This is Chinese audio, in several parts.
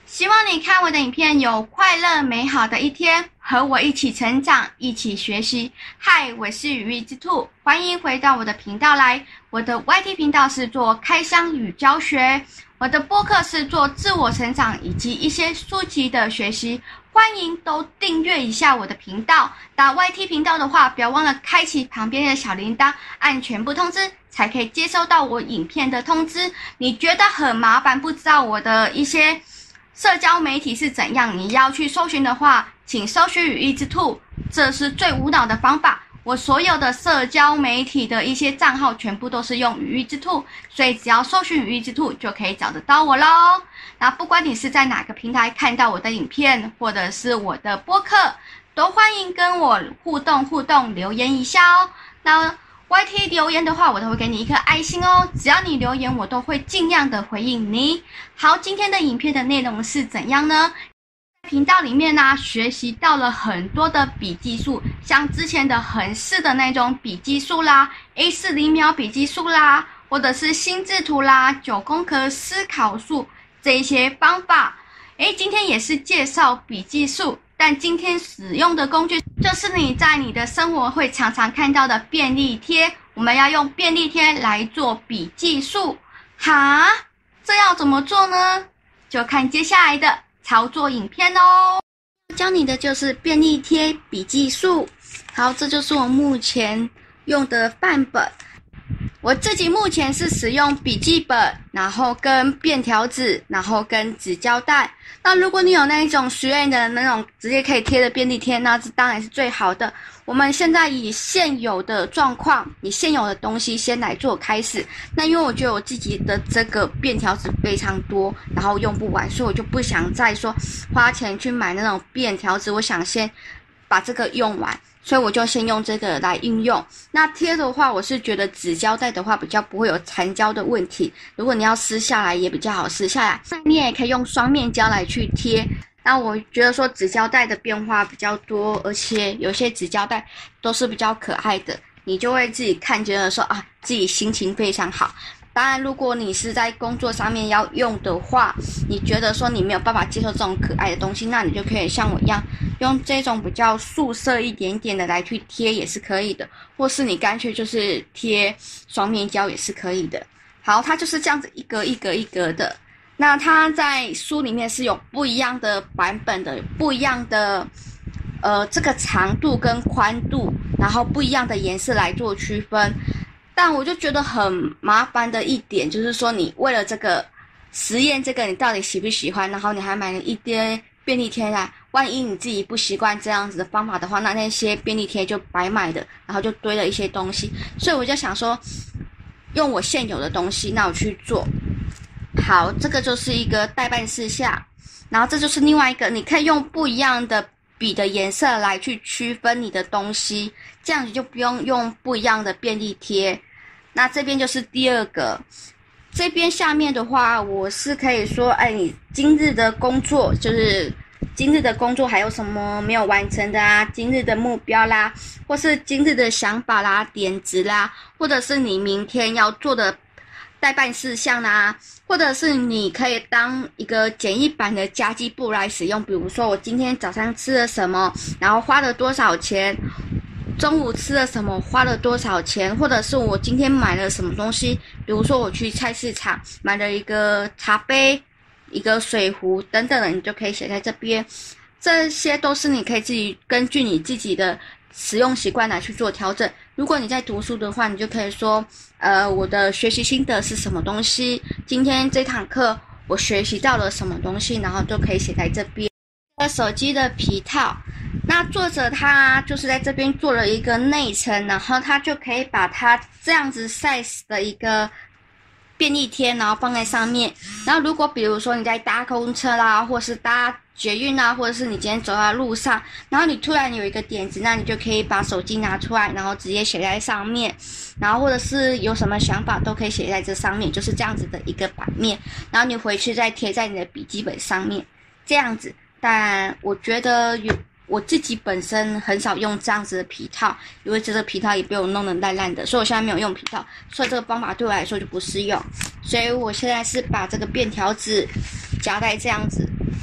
希望你看我的影片有快乐美好的一天，和我一起成长，一起学习。嗨，我是羽翼之兔，欢迎回到我的频道来。我的 YT 频道是做开箱与教学，我的播客是做自我成长以及一些书籍的学习。欢迎都订阅一下我的频道。打 YT 频道的话，不要忘了开启旁边的小铃铛，按全部通知，才可以接收到我影片的通知。你觉得很麻烦，不知道我的一些社交媒体是怎样，你要去搜寻的话，请搜寻羽翼之兔，这是最无脑的方法。我所有的社交媒体的一些账号全部都是用羽翼之兔，所以只要搜寻羽翼之兔就可以找得到我咯。那不管你是在哪个平台看到我的影片或者是我的播客，都欢迎跟我互动留言一下哦。那YT 留言的话，我都会给你一颗爱心哦。只要你留言，我都会尽量的回应你。好，今天的影片的内容是怎样呢？频道里面呢，学习到了很多的笔记术，像之前的横式的那种笔记术啦 ，A4 0秒笔记术啦，或者是心智图啦，9宫格思考术这一些方法。今天也是介绍笔记术，但今天使用的工具就是你在你的生活会常常看到的便利贴。我们要用便利贴来做笔记术。哈，这要怎么做呢？就看接下来的操作影片哦。教你的就是便利贴笔记术。好，这就是我目前用的范本。我自己目前是使用笔记本，然后跟便条纸，然后跟纸胶带。那如果你有那一种实验的那种直接可以贴的便利贴，那这当然是最好的。我们现在以现有的状况，以现有的东西先来做开始。那因为我觉得我自己的这个便条纸非常多，然后用不完，所以我就不想再说花钱去买那种便条纸，我想先把这个用完。所以我就先用这个来应用。那贴的话，我是觉得纸胶带的话比较不会有残胶的问题，如果你要撕下来也比较好撕下来。那你也可以用双面胶来去贴。那我觉得说纸胶带的变化比较多，而且有些纸胶带都是比较可爱的，你就会自己看觉得说啊，自己心情非常好。当然如果你是在工作上面要用的话，你觉得说你没有办法接受这种可爱的东西，那你就可以像我一样用这种比较素色一点点的来去贴也是可以的，或是你干脆就是贴双面胶也是可以的。好，它就是这样子一格一格一格的。那它在书里面是有不一样的版本的，不一样的这个长度跟宽度，然后不一样的颜色来做区分。但我就觉得很麻烦的一点就是说，你为了这个实验这个你到底喜不喜欢，然后你还买了一堆便利贴来，万一你自己不习惯这样子的方法的话，那些便利贴就白买的，然后就堆了一些东西。所以我就想说用我现有的东西，那我去做。好，这个就是一个待办事项，然后这就是另外一个，你可以用不一样的笔的颜色来去区分你的东西，这样你就不用用不一样的便利贴。那这边就是第二个，这边下面的话，我是可以说，你今日的工作就是今日的工作还有什么没有完成的啊？今日的目标啦，或是今日的想法啦、点子啦，或者是你明天要做的待办事项啦，或者是你可以当一个简易版的家计簿来使用。比如说我今天早上吃了什么，然后花了多少钱。中午吃了什么，花了多少钱，或者是我今天买了什么东西，比如说我去菜市场买了一个茶杯、一个水壶等等的，你就可以写在这边。这些都是你可以自己根据你自己的使用习惯来去做调整。如果你在读书的话，你就可以说我的学习心得是什么东西，今天这堂课我学习到了什么东西，然后就可以写在这边。手机的皮套，那作者他就是在这边做了一个内层，然后他就可以把它这样子 size 的一个便利贴，然后放在上面。然后如果比如说你在搭公车啦，或是搭捷运啦，或者是你今天走在路上，然后你突然有一个点子，那你就可以把手机拿出来，然后直接写在上面，然后或者是有什么想法都可以写在这上面，就是这样子的一个版面。然后你回去再贴在你的笔记本上面，这样子。但我觉得我自己本身很少用这样子的皮套，因为这个皮套也被我弄得烂烂的，所以我现在没有用皮套，所以这个方法对我来说就不适用。所以我现在是把这个便条纸夹在这样子，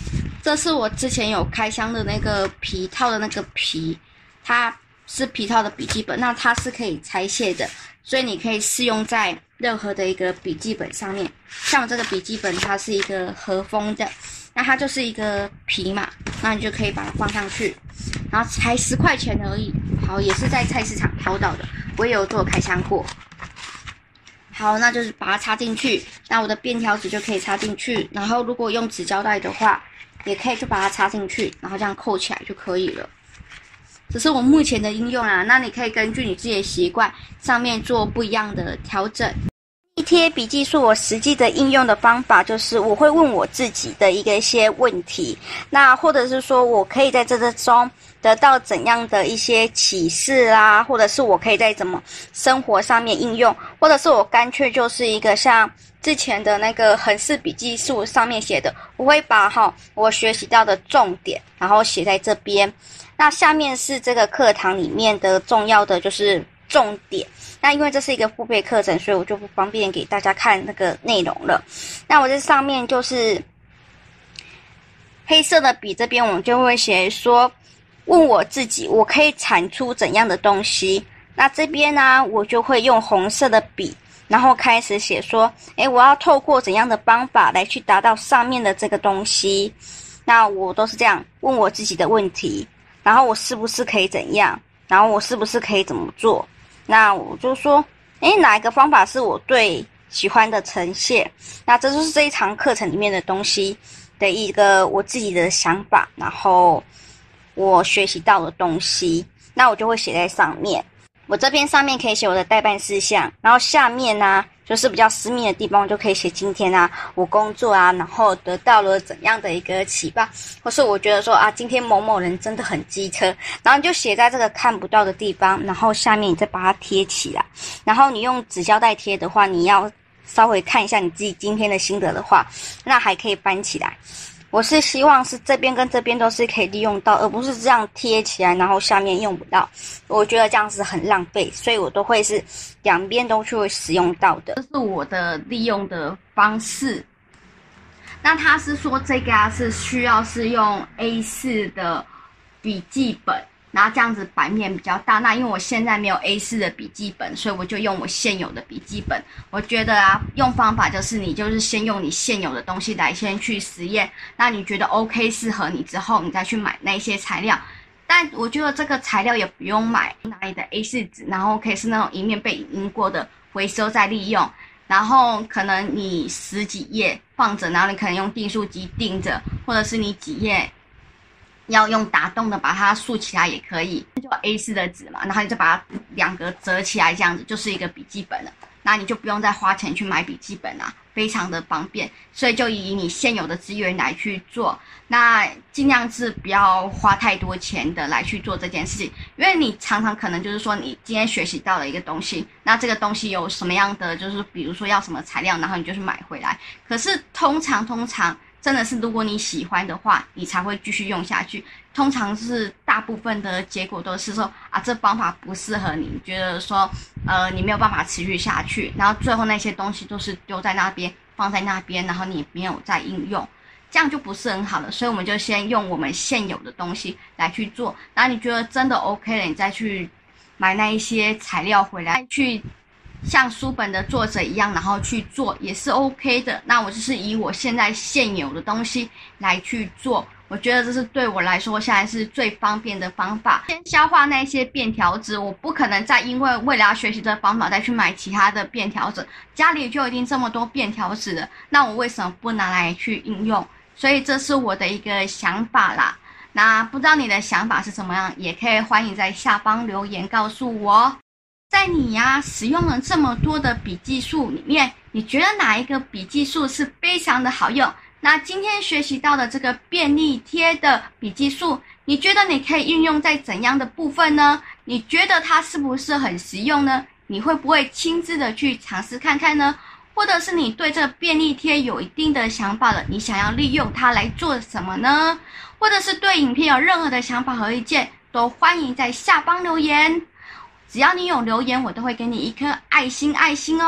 这是我之前有开箱的那个皮套的那个皮，它是皮套的笔记本，那它是可以拆卸的，所以你可以适用在任何的一个笔记本上面。像我这个笔记本它是一个和风的，那它就是一个皮嘛，那你就可以把它放上去，然后才10块钱而已。好，也是在菜市场淘到的，我也有做开箱过。好，那就是把它插进去，那我的便条纸就可以插进去，然后如果用纸胶带的话，也可以就把它插进去，然后这样扣起来就可以了。这是我目前的应用啦，那你可以根据你自己的习惯上面做不一样的调整。贴笔记术我实际的应用的方法就是我会问我自己的一些问题，那或者是说我可以在这中得到怎样的一些启示啦，或者是我可以在怎么生活上面应用，或者是我干脆就是一个像之前的那个横式笔记术上面写的，我会把我学习到的重点然后写在这边，那下面是这个课堂里面的重要的就是重点。那因为这是一个付费课程，所以我就不方便给大家看那个内容了。那我这上面就是黑色的笔这边，我们就会写说问我自己我可以产出怎样的东西。那这边呢，我就会用红色的笔，然后开始写说我要透过怎样的方法来去达到上面的这个东西。那我都是这样问我自己的问题，然后我是不是可以怎样，然后我是不是可以怎么做。那我就说哪一个方法是我最喜欢的呈现。那这就是这一堂课程里面的东西的一个我自己的想法，然后我学习到的东西，那我就会写在上面。我这边上面可以写我的待办事项，然后下面呢就是比较私密的地方，就可以写今天我工作然后得到了怎样的一个启发，或是我觉得说今天某某人真的很机车，然后你就写在这个看不到的地方，然后下面你再把它贴起来。然后你用纸胶带贴的话，你要稍微看一下你自己今天的心得的话，那还可以翻起来。我是希望是这边跟这边都是可以利用到，而不是这样贴起来然后下面用不到，我觉得这样是很浪费，所以我都会是两边都去使用到的。这是我的利用的方式。那他是说这个是需要是用 A4 的笔记本，然后这样子版面比较大。那因为我现在没有 A4 的笔记本，所以我就用我现有的笔记本。我觉得用方法就是你就是先用你现有的东西来先去实验，那你觉得 OK 适合你之后，你再去买那些材料。但我觉得这个材料也不用买哪里的 A4 纸，然后可以是那种一面被影印过的，回收再利用。然后可能你10几页放着，然后你可能用订书机订着，或者是你几页要用打洞的把它竖起来也可以，就 A4 的纸嘛，然后你就把它2格折起来，这样子就是一个笔记本了。那你就不用再花钱去买笔记本非常的方便。所以就以你现有的资源来去做，那尽量是不要花太多钱的来去做这件事情，因为你常常可能就是说你今天学习到了一个东西，那这个东西有什么样的就是比如说要什么材料，然后你就去买回来。可是通常真的是如果你喜欢的话，你才会继续用下去。通常是大部分的结果都是说这方法不适合你，觉得说你没有办法持续下去，然后最后那些东西都是丢在那边放在那边，然后你没有再应用，这样就不是很好的。所以我们就先用我们现有的东西来去做，然后你觉得真的 OK 了，你再去买那一些材料回来去像书本的作者一样，然后去做也是 OK 的。那我就是以我现在现有的东西来去做，我觉得这是对我来说现在是最方便的方法。先消化那些便条纸，我不可能再因为了要学习这个方法再去买其他的便条纸，家里就已经这么多便条纸了，那我为什么不拿来去应用？所以这是我的一个想法啦。那不知道你的想法是怎么样，也可以欢迎在下方留言告诉我。在你使用了这么多的笔记术里面，你觉得哪一个笔记术是非常的好用？那今天学习到的这个便利贴的笔记术，你觉得你可以运用在怎样的部分呢？你觉得它是不是很实用呢？你会不会亲自的去尝试看看呢？或者是你对这个便利贴有一定的想法了，你想要利用它来做什么呢？或者是对影片有任何的想法和意见，都欢迎在下方留言。只要你有留言，我都会给你一颗爱心哦。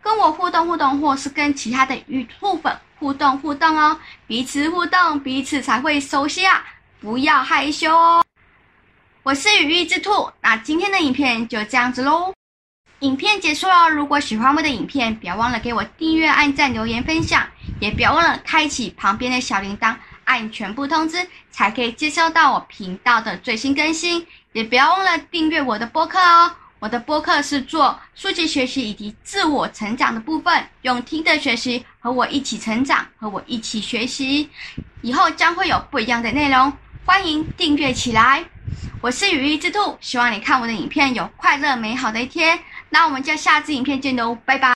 跟我互动，或是跟其他的鱼兔粉互动哦，彼此互动，彼此才会熟悉啊，不要害羞哦。我是羽翼之兔，那今天的影片就这样子咯。影片结束了，如果喜欢我的影片，不要忘了给我订阅、按赞、留言、分享，也不要忘了开启旁边的小铃铛，按全部通知，才可以接收到我频道的最新更新。也不要忘了订阅我的播客哦。我的播客是做书籍学习以及自我成长的部分，用听的学习，和我一起成长，和我一起学习，以后将会有不一样的内容，欢迎订阅起来。我是羽翼之兔，希望你看我的影片有快乐美好的一天。那我们就下支影片见喽，拜拜。